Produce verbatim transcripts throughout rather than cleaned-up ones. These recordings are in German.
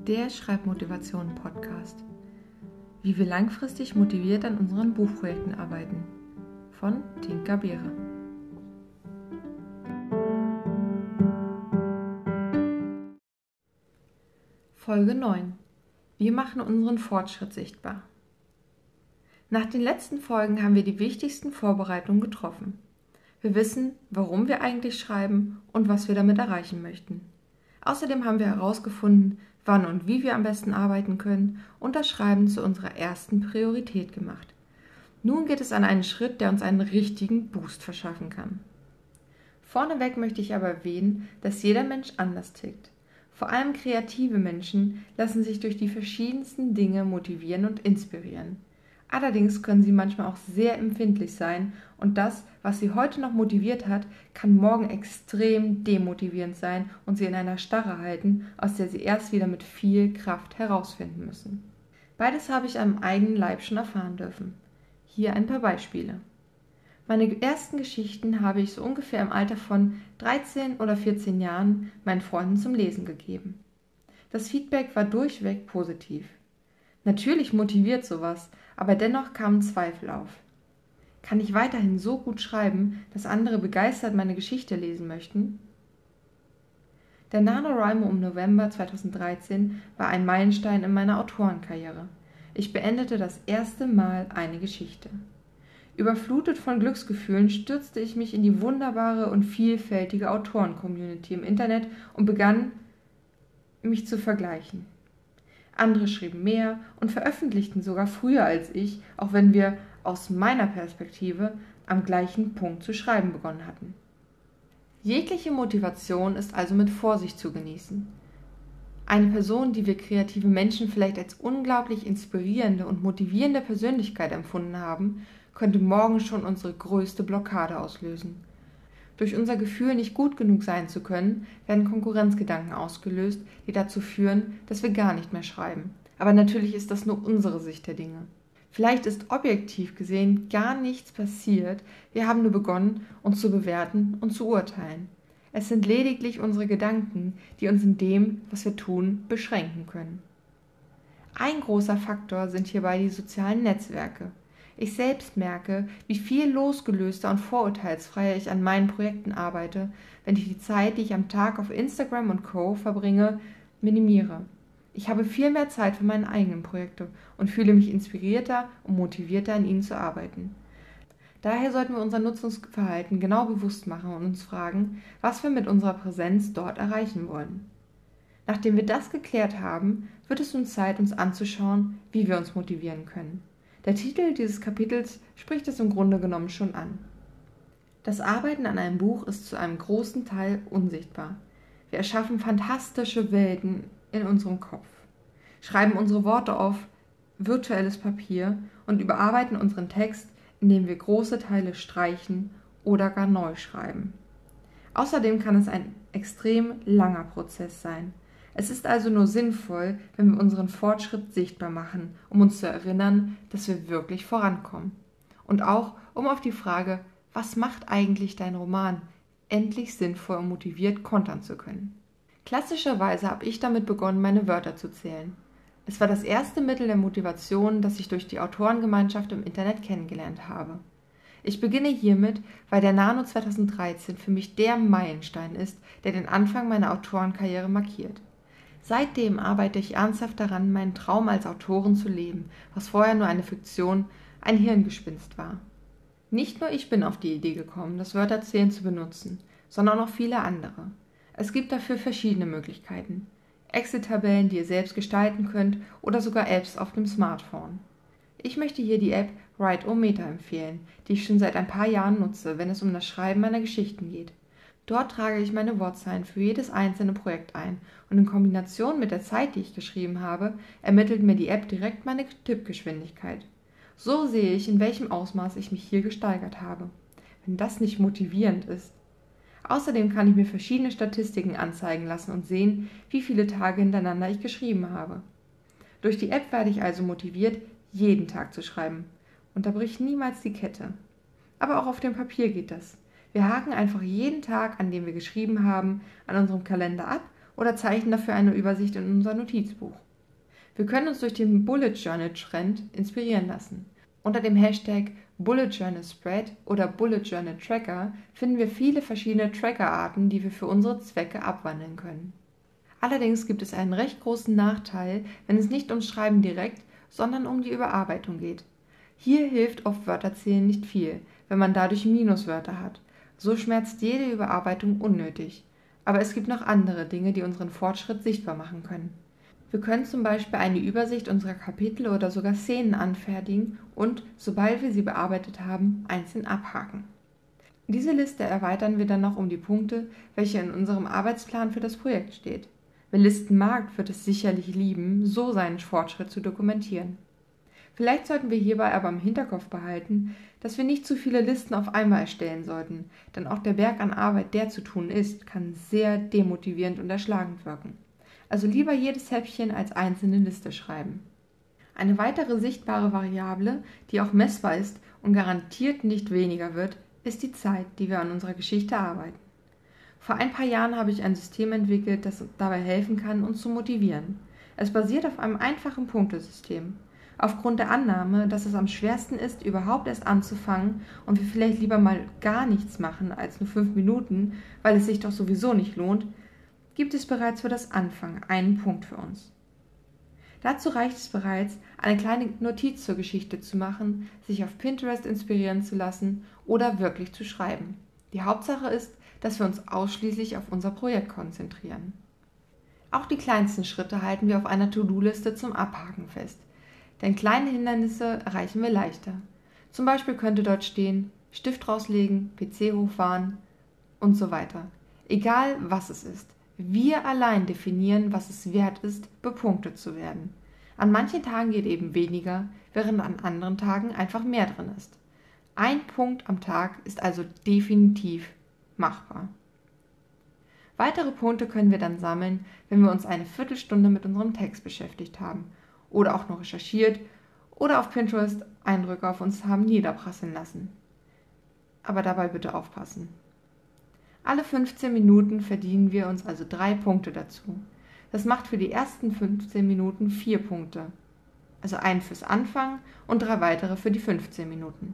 der Schreibmotivation-Podcast. Wie wir langfristig motiviert an unseren Buchprojekten arbeiten. Von Tinka Beere. Folge neun. Wir machen unseren Fortschritt sichtbar. Nach den letzten Folgen haben wir die wichtigsten Vorbereitungen getroffen. Wir wissen, warum wir eigentlich schreiben und was wir damit erreichen möchten. Außerdem haben wir herausgefunden, wann und wie wir am besten arbeiten können und das Schreiben zu unserer ersten Priorität gemacht. Nun geht es an einen Schritt, der uns einen richtigen Boost verschaffen kann. Vorneweg möchte ich aber erwähnen, dass jeder Mensch anders tickt. Vor allem kreative Menschen lassen sich durch die verschiedensten Dinge motivieren und inspirieren. Allerdings können sie manchmal auch sehr empfindlich sein und das, was sie heute noch motiviert hat, kann morgen extrem demotivierend sein und sie in einer Starre halten, aus der sie erst wieder mit viel Kraft herausfinden müssen. Beides habe ich am eigenen Leib schon erfahren dürfen. Hier ein paar Beispiele. Meine ersten Geschichten habe ich so ungefähr im Alter von dreizehn oder vierzehn Jahren meinen Freunden zum Lesen gegeben. Das Feedback war durchweg positiv. Natürlich motiviert sowas, aber dennoch kamen Zweifel auf. Kann ich weiterhin so gut schreiben, dass andere begeistert meine Geschichte lesen möchten? Der NaNoWriMo im November zweitausenddreizehn war ein Meilenstein in meiner Autorenkarriere. Ich beendete das erste Mal eine Geschichte. Überflutet von Glücksgefühlen stürzte ich mich in die wunderbare und vielfältige Autoren-Community im Internet und begann, mich zu vergleichen. Andere schrieben mehr und veröffentlichten sogar früher als ich, auch wenn wir aus meiner Perspektive am gleichen Punkt zu schreiben begonnen hatten. Jegliche Motivation ist also mit Vorsicht zu genießen. Eine Person, die wir kreative Menschen vielleicht als unglaublich inspirierende und motivierende Persönlichkeit empfunden haben, könnte morgen schon unsere größte Blockade auslösen. Durch unser Gefühl, nicht gut genug sein zu können, werden Konkurrenzgedanken ausgelöst, die dazu führen, dass wir gar nicht mehr schreiben. Aber natürlich ist das nur unsere Sicht der Dinge. Vielleicht ist objektiv gesehen gar nichts passiert, wir haben nur begonnen, uns zu bewerten und zu urteilen. Es sind lediglich unsere Gedanken, die uns in dem, was wir tun, beschränken können. Ein großer Faktor sind hierbei die sozialen Netzwerke. Ich selbst merke, wie viel losgelöster und vorurteilsfreier ich an meinen Projekten arbeite, wenn ich die Zeit, die ich am Tag auf Instagram und Co. verbringe, minimiere. Ich habe viel mehr Zeit für meine eigenen Projekte und fühle mich inspirierter und motivierter, an ihnen zu arbeiten. Daher sollten wir unser Nutzungsverhalten genau bewusst machen und uns fragen, was wir mit unserer Präsenz dort erreichen wollen. Nachdem wir das geklärt haben, wird es nun Zeit, uns anzuschauen, wie wir uns motivieren können. Der Titel dieses Kapitels spricht es im Grunde genommen schon an. Das Arbeiten an einem Buch ist zu einem großen Teil unsichtbar. Wir erschaffen fantastische Welten in unserem Kopf, schreiben unsere Worte auf virtuelles Papier und überarbeiten unseren Text, indem wir große Teile streichen oder gar neu schreiben. Außerdem kann es ein extrem langer Prozess sein. Es ist also nur sinnvoll, wenn wir unseren Fortschritt sichtbar machen, um uns zu erinnern, dass wir wirklich vorankommen. Und auch, um auf die Frage, was macht eigentlich dein Roman, endlich sinnvoll und motiviert kontern zu können. Klassischerweise habe ich damit begonnen, meine Wörter zu zählen. Es war das erste Mittel der Motivation, das ich durch die Autorengemeinschaft im Internet kennengelernt habe. Ich beginne hiermit, weil der Nano zweitausenddreizehn für mich der Meilenstein ist, der den Anfang meiner Autorenkarriere markiert. Seitdem arbeite ich ernsthaft daran, meinen Traum als Autorin zu leben, was vorher nur eine Fiktion, ein Hirngespinst war. Nicht nur ich bin auf die Idee gekommen, das Wörterzählen zu benutzen, sondern auch viele andere. Es gibt dafür verschiedene Möglichkeiten. Excel-Tabellen, die ihr selbst gestalten könnt, oder sogar Apps auf dem Smartphone. Ich möchte hier die App Write-O-Meter empfehlen, die ich schon seit ein paar Jahren nutze, wenn es um das Schreiben meiner Geschichten geht. Dort trage ich meine Wortzahlen für jedes einzelne Projekt ein und in Kombination mit der Zeit, die ich geschrieben habe, ermittelt mir die App direkt meine Tippgeschwindigkeit. So sehe ich, in welchem Ausmaß ich mich hier gesteigert habe. Wenn das nicht motivierend ist. Außerdem kann ich mir verschiedene Statistiken anzeigen lassen und sehen, wie viele Tage hintereinander ich geschrieben habe. Durch die App werde ich also motiviert, jeden Tag zu schreiben. Unterbrich niemals die Kette. Aber auch auf dem Papier geht das. Wir haken einfach jeden Tag, an dem wir geschrieben haben, an unserem Kalender ab oder zeichnen dafür eine Übersicht in unser Notizbuch. Wir können uns durch den Bullet Journal Trend inspirieren lassen. Unter dem Hashtag Bullet Journal Spread oder Bullet Journal Tracker finden wir viele verschiedene Trackerarten, die wir für unsere Zwecke abwandeln können. Allerdings gibt es einen recht großen Nachteil, wenn es nicht ums Schreiben direkt, sondern um die Überarbeitung geht. Hier hilft oft Wörterzählen nicht viel, wenn man dadurch Minuswörter hat. So schmerzt jede Überarbeitung unnötig. Aber es gibt noch andere Dinge, die unseren Fortschritt sichtbar machen können. Wir können zum Beispiel eine Übersicht unserer Kapitel oder sogar Szenen anfertigen und, sobald wir sie bearbeitet haben, einzeln abhaken. Diese Liste erweitern wir dann noch um die Punkte, welche in unserem Arbeitsplan für das Projekt steht. Wer Listen mag, wird es sicherlich lieben, so seinen Fortschritt zu dokumentieren. Vielleicht sollten wir hierbei aber im Hinterkopf behalten, dass wir nicht zu viele Listen auf einmal erstellen sollten, denn auch der Berg an Arbeit, der zu tun ist, kann sehr demotivierend und erschlagend wirken. Also lieber jedes Häppchen als einzelne Liste schreiben. Eine weitere sichtbare Variable, die auch messbar ist und garantiert nicht weniger wird, ist die Zeit, die wir an unserer Geschichte arbeiten. Vor ein paar Jahren habe ich ein System entwickelt, das dabei helfen kann, uns zu motivieren. Es basiert auf einem einfachen Punktesystem. Aufgrund der Annahme, dass es am schwersten ist, überhaupt erst anzufangen und wir vielleicht lieber mal gar nichts machen als nur fünf Minuten, weil es sich doch sowieso nicht lohnt, gibt es bereits für das Anfangen einen Punkt für uns. Dazu reicht es bereits, eine kleine Notiz zur Geschichte zu machen, sich auf Pinterest inspirieren zu lassen oder wirklich zu schreiben. Die Hauptsache ist, dass wir uns ausschließlich auf unser Projekt konzentrieren. Auch die kleinsten Schritte halten wir auf einer To-Do-Liste zum Abhaken fest. Denn kleine Hindernisse erreichen wir leichter. Zum Beispiel könnte dort stehen, Stift rauslegen, P C hochfahren und so weiter. Egal was es ist. Wir allein definieren, was es wert ist, bepunktet zu werden. An manchen Tagen geht eben weniger, während an anderen Tagen einfach mehr drin ist. Ein Punkt am Tag ist also definitiv machbar. Weitere Punkte können wir dann sammeln, wenn wir uns eine Viertelstunde mit unserem Text beschäftigt haben oder auch noch recherchiert oder auf Pinterest Eindrücke auf uns haben niederprasseln lassen. Aber dabei bitte aufpassen. Alle fünfzehn Minuten verdienen wir uns also drei Punkte dazu. Das macht für die ersten fünfzehn Minuten vier Punkte. Also einen fürs Anfangen und drei weitere für die fünfzehn Minuten.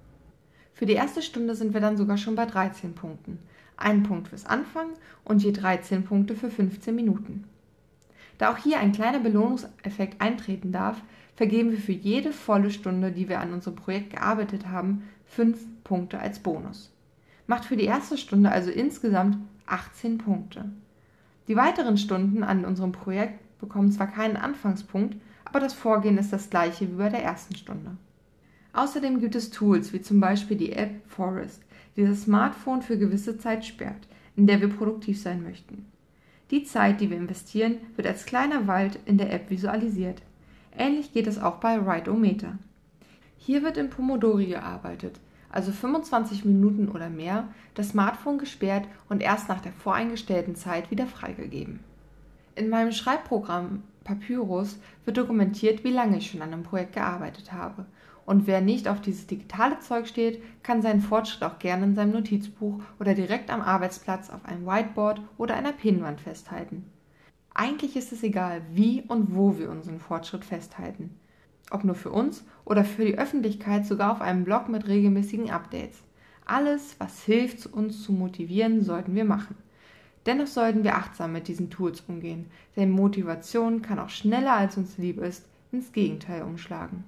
Für die erste Stunde sind wir dann sogar schon bei dreizehn Punkten. Ein Punkt fürs Anfangen und je dreizehn Punkte für fünfzehn Minuten. Da auch hier ein kleiner Belohnungseffekt eintreten darf, vergeben wir für jede volle Stunde, die wir an unserem Projekt gearbeitet haben, fünf Punkte als Bonus. Macht für die erste Stunde also insgesamt achtzehn Punkte. Die weiteren Stunden an unserem Projekt bekommen zwar keinen Anfangspunkt, aber das Vorgehen ist das gleiche wie bei der ersten Stunde. Außerdem gibt es Tools wie zum Beispiel die App Forest, die das Smartphone für gewisse Zeit sperrt, in der wir produktiv sein möchten. Die Zeit, die wir investieren, wird als kleiner Wald in der App visualisiert. Ähnlich geht es auch bei Write-O-Meter. Hier wird in Pomodori gearbeitet, also fünfundzwanzig Minuten oder mehr, das Smartphone gesperrt und erst nach der voreingestellten Zeit wieder freigegeben. In meinem Schreibprogramm Papyrus wird dokumentiert, wie lange ich schon an einem Projekt gearbeitet habe. Und wer nicht auf dieses digitale Zeug steht, kann seinen Fortschritt auch gerne in seinem Notizbuch oder direkt am Arbeitsplatz auf einem Whiteboard oder einer Pinnwand festhalten. Eigentlich ist es egal, wie und wo wir unseren Fortschritt festhalten. Ob nur für uns oder für die Öffentlichkeit, sogar auf einem Blog mit regelmäßigen Updates. Alles, was hilft, uns zu motivieren, sollten wir machen. Dennoch sollten wir achtsam mit diesen Tools umgehen, denn Motivation kann auch schneller als uns lieb ist, ins Gegenteil umschlagen.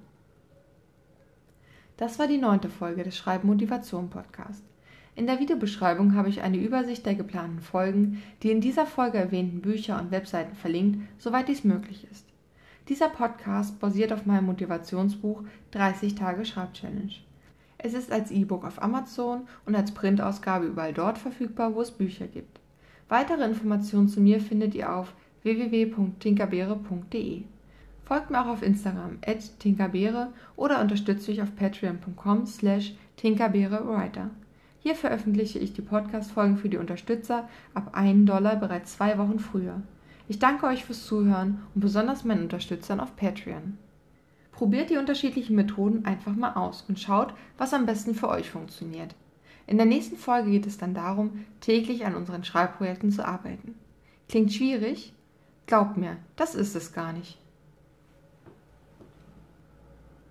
Das war die neunte Folge des Schreibmotivation-Podcast. In der Videobeschreibung habe ich eine Übersicht der geplanten Folgen, die in dieser Folge erwähnten Bücher und Webseiten verlinkt, soweit dies möglich ist. Dieser Podcast basiert auf meinem Motivationsbuch dreißig Tage Schreibchallenge. Es ist als E-Book auf Amazon und als Printausgabe überall dort verfügbar, wo es Bücher gibt. Weitere Informationen zu mir findet ihr auf w w w punkt tinkerbeere punkt de. Folgt mir auch auf Instagram at tinkerbeere oder unterstützt mich auf patreon punkt com slash tinkerbeerewriter. Hier veröffentliche ich die Podcast-Folgen für die Unterstützer ab einen Dollar bereits zwei Wochen früher. Ich danke euch fürs Zuhören und besonders meinen Unterstützern auf Patreon. Probiert die unterschiedlichen Methoden einfach mal aus und schaut, was am besten für euch funktioniert. In der nächsten Folge geht es dann darum, täglich an unseren Schreibprojekten zu arbeiten. Klingt schwierig? Glaub mir, das ist es gar nicht.